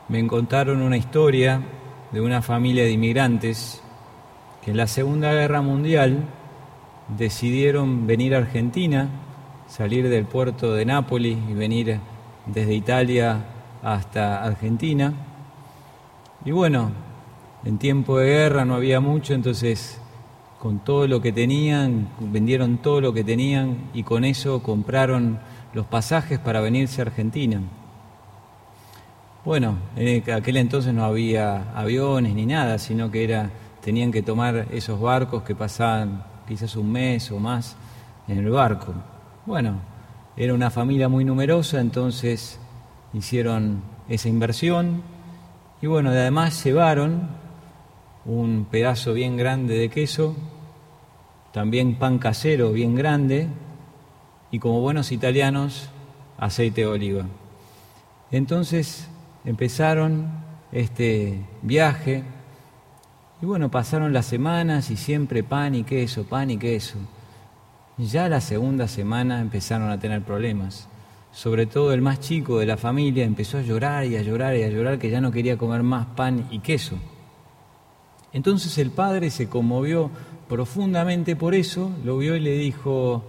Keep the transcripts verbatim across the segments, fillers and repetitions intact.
me contaron una historia de una familia de inmigrantes que en la Segunda Guerra Mundial decidieron venir a Argentina, salir del puerto de Nápoles y venir desde Italia hasta Argentina. Y bueno, en tiempo de guerra no había mucho, entonces con todo lo que tenían, vendieron todo lo que tenían y con eso compraron los pasajes para venirse a Argentina. Bueno, en aquel entonces no había aviones ni nada, sino que era, tenían que tomar esos barcos que pasaban quizás un mes o más en el barco. Bueno, era una familia muy numerosa, entonces hicieron esa inversión y bueno, además llevaron un pedazo bien grande de queso, también pan casero bien grande y como buenos italianos, aceite de oliva. Entonces empezaron este viaje y bueno, pasaron las semanas y siempre pan y queso, pan y queso. Ya la segunda semana empezaron a tener problemas. Sobre todo el más chico de la familia empezó a llorar y a llorar y a llorar que ya no quería comer más pan y queso. Entonces el padre se conmovió profundamente por eso, lo vio y le dijo: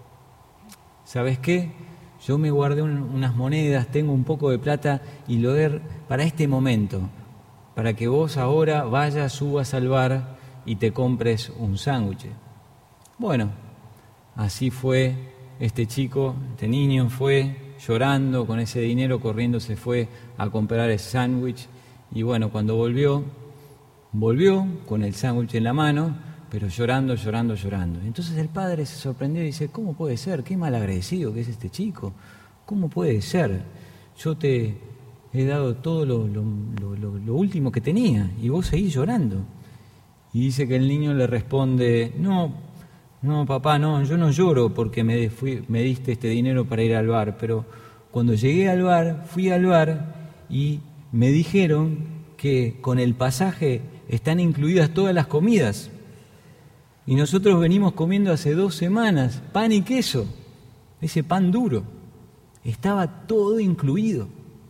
¿sabes qué? Yo me guardé un, unas monedas, tengo un poco de plata y lo doy para este momento, para que vos ahora vayas, subas al bar y te compres un sándwich. Bueno, así fue este chico, este niño fue llorando con ese dinero, corriendo se fue a comprar el sándwich y bueno, cuando volvió, volvió con el sándwich en la mano, pero llorando, llorando, llorando. Entonces el padre se sorprendió y dice: ¿cómo puede ser? Qué malagradecido que es este chico. ¿Cómo puede ser? Yo te he dado todo lo, lo, lo, lo último que tenía y vos seguís llorando. Y dice que el niño le responde: no, no papá, no, yo no lloro porque me, fui, me diste este dinero para ir al bar, pero cuando llegué al bar, fui al bar y me dijeron que con el pasaje están incluidas todas las comidas. Y nosotros venimos comiendo hace dos semanas pan y queso, ese pan duro. Estaba todo incluido.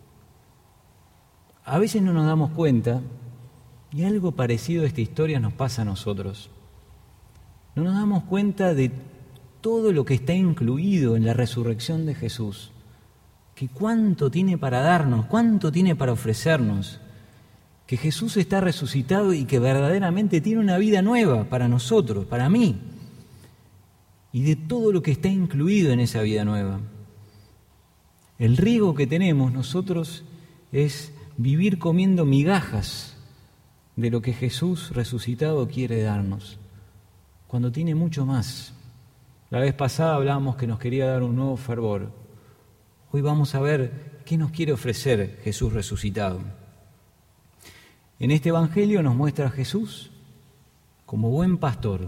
A veces no nos damos cuenta, y algo parecido a esta historia nos pasa a nosotros. No nos damos cuenta de todo lo que está incluido en la resurrección de Jesús. Que cuánto tiene para darnos, cuánto tiene para ofrecernos. Que Jesús está resucitado y que verdaderamente tiene una vida nueva para nosotros, para mí. Y de todo lo que está incluido en esa vida nueva. El riesgo que tenemos nosotros es vivir comiendo migajas de lo que Jesús resucitado quiere darnos, cuando tiene mucho más. La vez pasada hablábamos que nos quería dar un nuevo fervor. Hoy vamos a ver qué nos quiere ofrecer Jesús resucitado. En este Evangelio nos muestra a Jesús como buen pastor,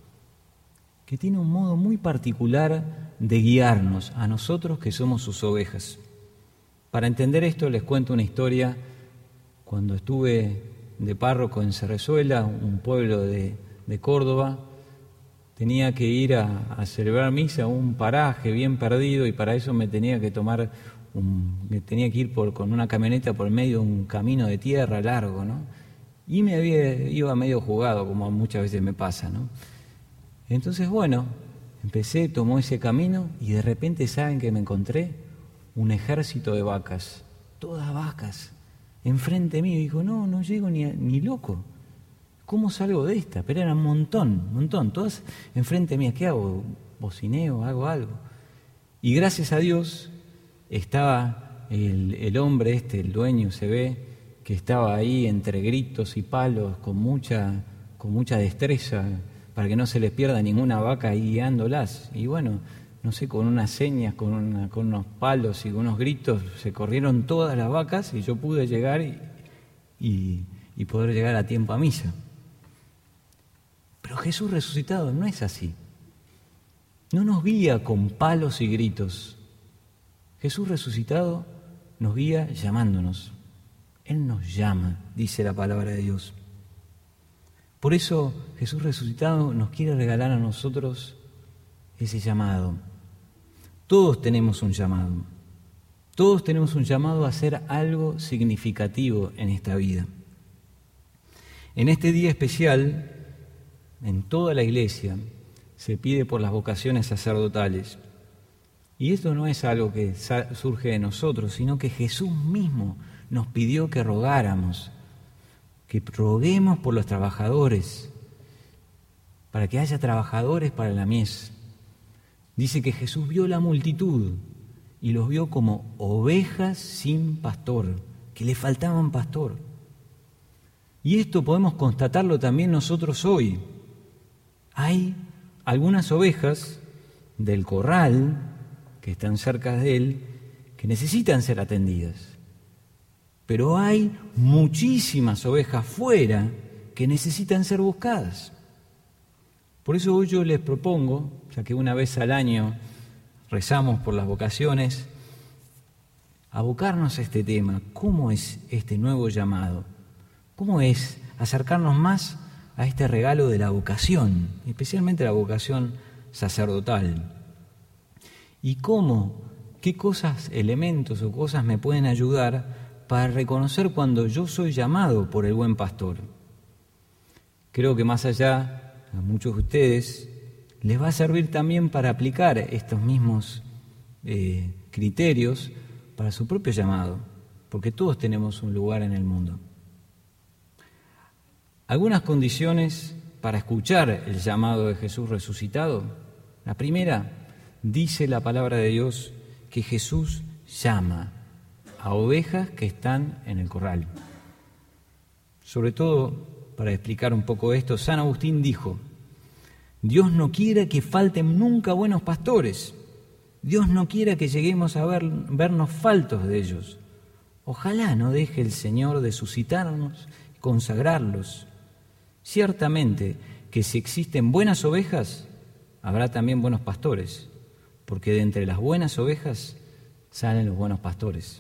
que tiene un modo muy particular de guiarnos a nosotros que somos sus ovejas. Para entender esto les cuento una historia. Cuando estuve de párroco en Cerrezuela, un pueblo de, de Córdoba, tenía que ir a, a celebrar misa a un paraje bien perdido y para eso me tenía que tomar un, me tenía que ir por, con una camioneta por medio de un camino de tierra largo, ¿no? Y me había, iba medio jugado, como muchas veces me pasa, ¿no? Entonces, bueno, empecé, tomó ese camino y de repente, ¿saben qué me encontré? Un ejército de vacas, todas vacas, enfrente mío. Y dijo: no, no llego ni, a, ni loco. ¿Cómo salgo de esta? Pero era un montón, un montón, todas enfrente mía. ¿Qué hago? ¿Bocineo? ¿Hago algo? Y gracias a Dios estaba el, el hombre este, el dueño, se ve, que estaba ahí entre gritos y palos, con mucha, con mucha destreza, para que no se les pierda ninguna vaca ahí guiándolas. Y bueno, no sé, con unas señas, con, una, con unos palos y con unos gritos, se corrieron todas las vacas y yo pude llegar y, y, y poder llegar a tiempo a misa. Pero Jesús resucitado no es así. No nos guía con palos y gritos. Jesús resucitado nos guía llamándonos. Él nos llama, dice la palabra de Dios. Por eso Jesús resucitado nos quiere regalar a nosotros ese llamado. Todos tenemos un llamado. Todos tenemos un llamado a hacer algo significativo en esta vida. En este día especial, en toda la iglesia, se pide por las vocaciones sacerdotales. Y esto no es algo que surge de nosotros, sino que Jesús mismo nos pidió que rogáramos, que roguemos por los trabajadores, para que haya trabajadores para la mies. Dice que Jesús vio la multitud y los vio como ovejas sin pastor, que le faltaban pastor. Y esto podemos constatarlo también nosotros hoy. Hay algunas ovejas del corral que están cerca de él que necesitan ser atendidas. Pero hay muchísimas ovejas fuera que necesitan ser buscadas. Por eso hoy yo les propongo, ya que una vez al año rezamos por las vocaciones, abocarnos a este tema. ¿Cómo es este nuevo llamado? ¿Cómo es acercarnos más a este regalo de la vocación, especialmente la vocación sacerdotal? ¿Y cómo, qué cosas, elementos o cosas me pueden ayudar para reconocer cuando yo soy llamado por el buen pastor? Creo que más allá, a muchos de ustedes les va a servir también para aplicar estos mismos eh, criterios para su propio llamado, porque todos tenemos un lugar en el mundo. Algunas condiciones para escuchar el llamado de Jesús resucitado. La primera, dice la palabra de Dios que Jesús llama a ovejas que están en el corral. Sobre todo, para explicar un poco esto, San Agustín dijo: Dios no quiere que falten nunca buenos pastores. Dios no quiere que lleguemos a ver, vernos faltos de ellos. Ojalá no deje el Señor de suscitarnos y consagrarlos. Ciertamente que si existen buenas ovejas, habrá también buenos pastores, porque de entre las buenas ovejas salen los buenos pastores.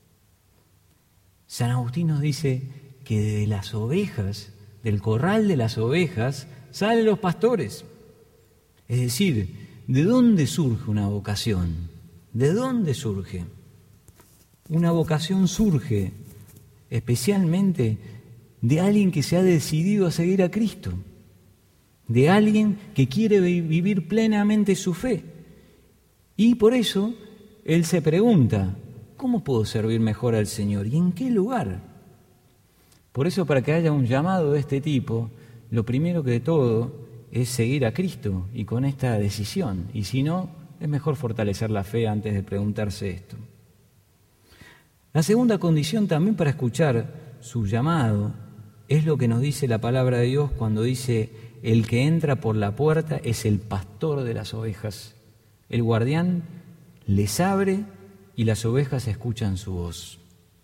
San Agustín nos dice que de las ovejas, del corral de las ovejas, salen los pastores. Es decir, ¿de dónde surge una vocación? ¿De dónde surge? Una vocación surge especialmente de alguien que se ha decidido a seguir a Cristo, de alguien que quiere vivir plenamente su fe. Y por eso él se pregunta: ¿cómo puedo servir mejor al Señor? ¿Y en qué lugar? Por eso, para que haya un llamado de este tipo, lo primero que de todo es seguir a Cristo y con esta decisión. Y si no, es mejor fortalecer la fe antes de preguntarse esto. La segunda condición también para escuchar su llamado es lo que nos dice la palabra de Dios cuando dice: el que entra por la puerta es el pastor de las ovejas. El guardián les abre y las ovejas escuchan su voz.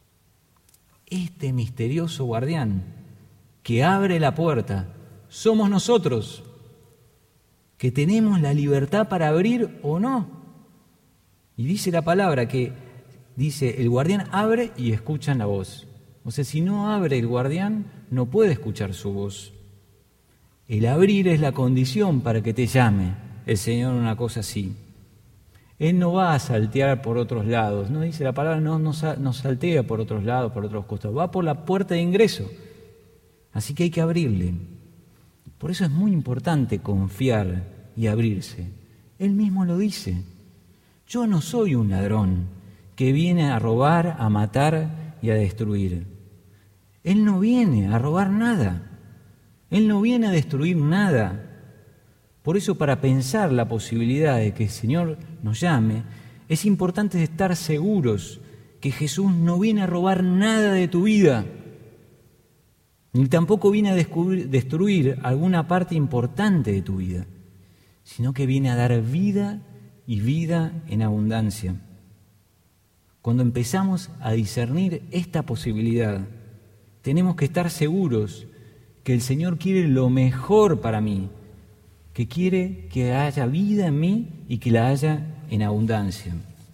Este misterioso guardián que abre la puerta somos nosotros, que tenemos la libertad para abrir o no. Y dice la palabra que dice: el guardián abre y escuchan la voz. O sea, si no abre el guardián, no puede escuchar su voz. El abrir es la condición para que te llame el Señor, una cosa así. Él no va a saltear por otros lados, no dice la palabra, no, no, no saltea por otros lados, por otros costados, va por la puerta de ingreso. Así que hay que abrirle. Por eso es muy importante confiar y abrirse. Él mismo lo dice: yo no soy un ladrón que viene a robar, a matar y a destruir. Él no viene a robar nada. Él no viene a destruir nada. Por eso, para pensar la posibilidad de que el Señor nos llame, es importante estar seguros que Jesús no viene a robar nada de tu vida, ni tampoco viene a descubrir, destruir alguna parte importante de tu vida, sino que viene a dar vida y vida en abundancia. Cuando empezamos a discernir esta posibilidad, tenemos que estar seguros que el Señor quiere lo mejor para mí, que quiere que haya vida en mí y que la haya en abundancia.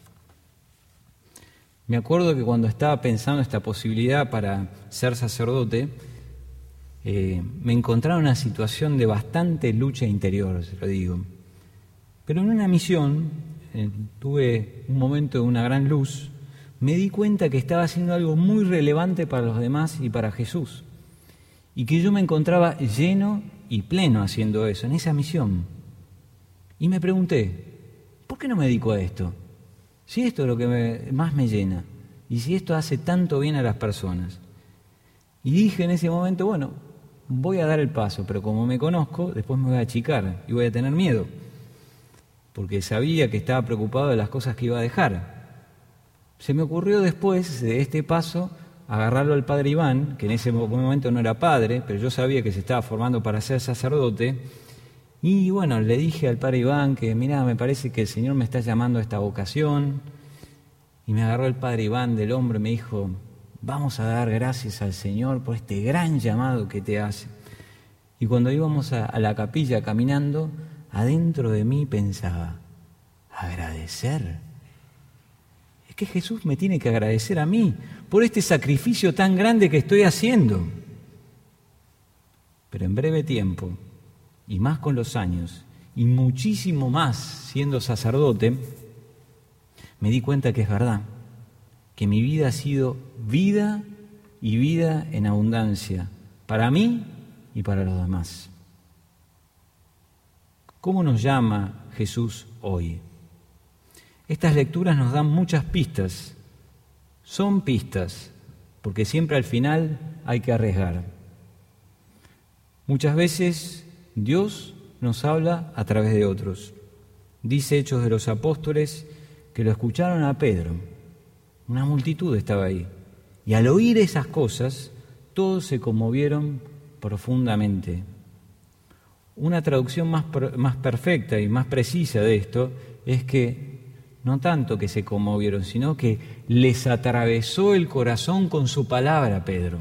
Me acuerdo que cuando estaba pensando esta posibilidad para ser sacerdote, eh, me encontraba en una situación de bastante lucha interior, se lo digo. Pero en una misión eh, tuve un momento de una gran luz, me di cuenta que estaba haciendo algo muy relevante para los demás y para Jesús, y que yo me encontraba lleno y pleno haciendo eso, en esa misión. Y me pregunté, ¿por qué no me dedico a esto? Si esto es lo que me, más me llena, y si esto hace tanto bien a las personas. Y dije en ese momento, bueno, voy a dar el paso, pero como me conozco, después me voy a achicar y voy a tener miedo, porque sabía que estaba preocupado de las cosas que iba a dejar. Se me ocurrió después de este paso agarrarlo al padre Iván, que en ese momento no era padre, pero yo sabía que se estaba formando para ser sacerdote, y bueno, le dije al padre Iván que, mirá, me parece que el Señor me está llamando a esta vocación, y me agarró el padre Iván del hombro y me dijo, vamos a dar gracias al Señor por este gran llamado que te hace. Y cuando íbamos a, a la capilla caminando, adentro de mí pensaba, agradecer. Es que Jesús me tiene que agradecer a mí por este sacrificio tan grande que estoy haciendo. Pero en breve tiempo, y más con los años, y muchísimo más siendo sacerdote, me di cuenta que es verdad, que mi vida ha sido vida y vida en abundancia, para mí y para los demás. ¿Cómo nos llama Jesús hoy? Estas lecturas nos dan muchas pistas. Son pistas, porque siempre al final hay que arriesgar. Muchas veces Dios nos habla a través de otros. Dice Hechos de los Apóstoles que lo escucharon a Pedro. Una multitud estaba ahí. Y al oír esas cosas, todos se conmovieron profundamente. Una traducción más, más perfecta y más precisa de esto es que no tanto que se conmovieron, sino que les atravesó el corazón con su palabra, Pedro.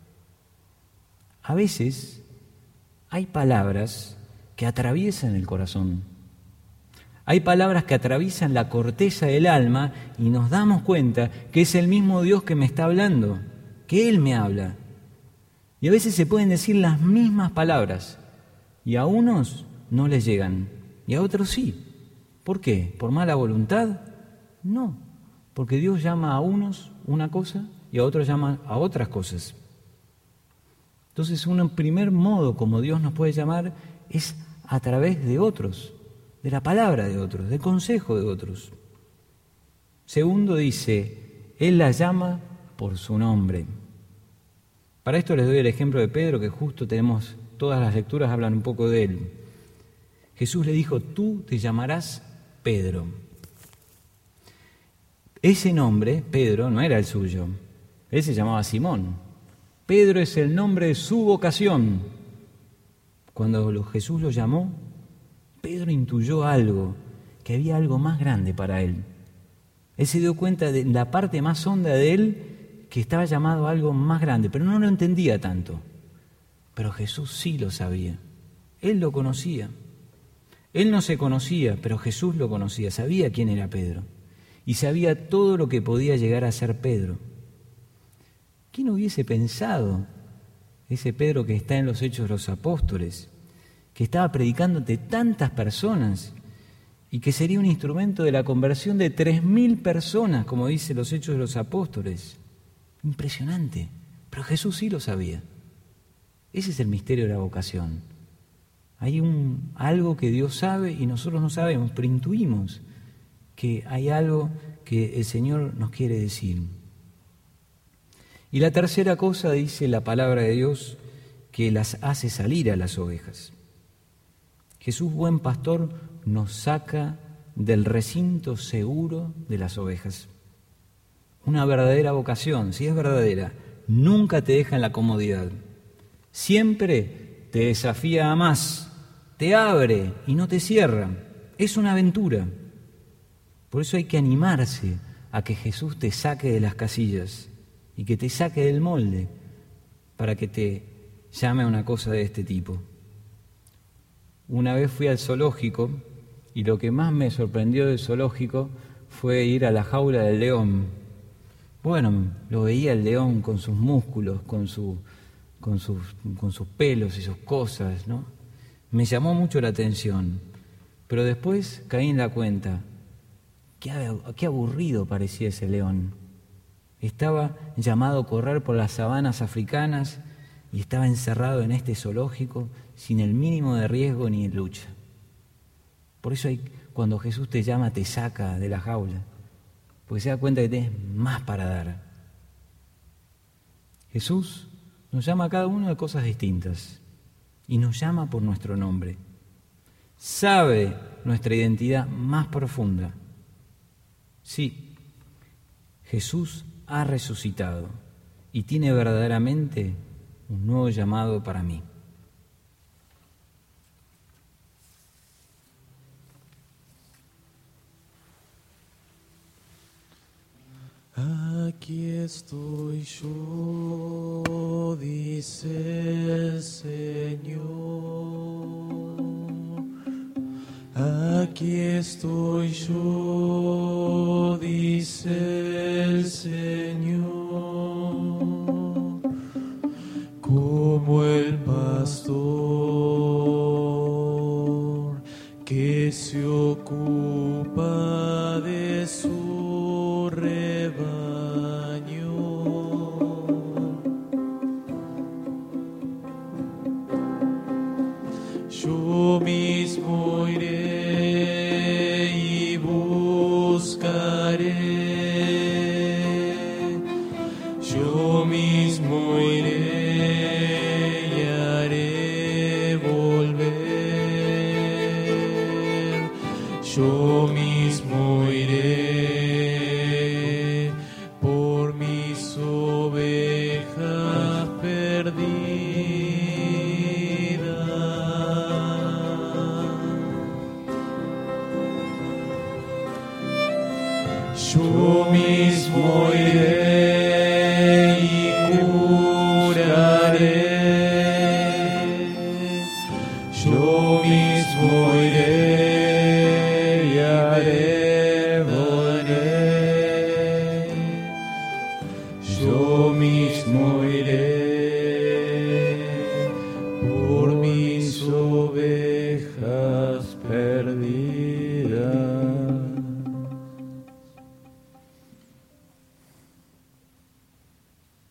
A veces hay palabras que atraviesan el corazón. Hay palabras que atraviesan la corteza del alma y nos damos cuenta que es el mismo Dios que me está hablando, que Él me habla. Y a veces se pueden decir las mismas palabras y a unos no les llegan y a otros sí. ¿Por qué? ¿Por mala voluntad? No, porque Dios llama a unos una cosa y a otros llama a otras cosas. Entonces, un primer modo como Dios nos puede llamar es a través de otros, de la palabra de otros, del consejo de otros. Segundo dice, Él la llama por su nombre. Para esto les doy el ejemplo de Pedro, que justo tenemos, todas las lecturas hablan un poco de él. Jesús le dijo, tú te llamarás Pedro. Ese nombre, Pedro, no era el suyo. Él se llamaba Simón. Pedro es el nombre de su vocación. Cuando Jesús lo llamó, Pedro intuyó algo, que había algo más grande para él. Él se dio cuenta de la parte más honda de él, que estaba llamado a algo más grande, pero no lo entendía tanto. Pero Jesús sí lo sabía. Él lo conocía. Él no se conocía, pero Jesús lo conocía, sabía quién era Pedro y sabía todo lo que podía llegar a ser Pedro. ¿Quién hubiese pensado ese Pedro que está en los Hechos de los Apóstoles, que estaba predicando ante tantas personas y que sería un instrumento de la conversión de tres mil personas, como dice los Hechos de los Apóstoles? Impresionante, pero Jesús sí lo sabía. Ese es el misterio de la vocación. Hay un, algo que Dios sabe y nosotros no sabemos, pero intuimos que hay algo que el Señor nos quiere decir. Y la tercera cosa, dice la palabra de Dios, que las hace salir a las ovejas. Jesús, buen pastor, nos saca del recinto seguro de las ovejas. Una verdadera vocación, si es verdadera, nunca te deja en la comodidad. Siempre te desafía a más. Te abre y no te cierra. Es una aventura. Por eso hay que animarse a que Jesús te saque de las casillas y que te saque del molde para que te llame a una cosa de este tipo. Una vez fui al zoológico y lo que más me sorprendió del zoológico fue ir a la jaula del león. Bueno, lo veía el león con sus músculos, con, su, con, sus, con sus pelos y sus cosas, ¿no? Me llamó mucho la atención, pero después caí en la cuenta, qué, qué aburrido parecía ese león. estaba llamado a correr por las sabanas africanas y estaba encerrado en este zoológico sin el mínimo de riesgo ni de lucha. Por eso hay, cuando Jesús te llama, te saca de la jaula, porque se da cuenta que tienes más para dar. Jesús nos llama a cada uno de cosas distintas y nos llama por nuestro nombre. Sabe nuestra identidad más profunda. Sí, Jesús ha resucitado y tiene verdaderamente un nuevo llamado para mí. Aquí estoy yo, dice el Señor. Aquí estoy yo, dice el Señor. Como el pastor que se ocupa de su rebaño. Yo mismo iré y buscaré. Yo mismo iré y haré volver. Yo mismo iré por mis ovejas perdidas. Yo mismo iré y curaré. Yo mismo iré y haré volver. Yo mismo iré por mis ovejas perdidas.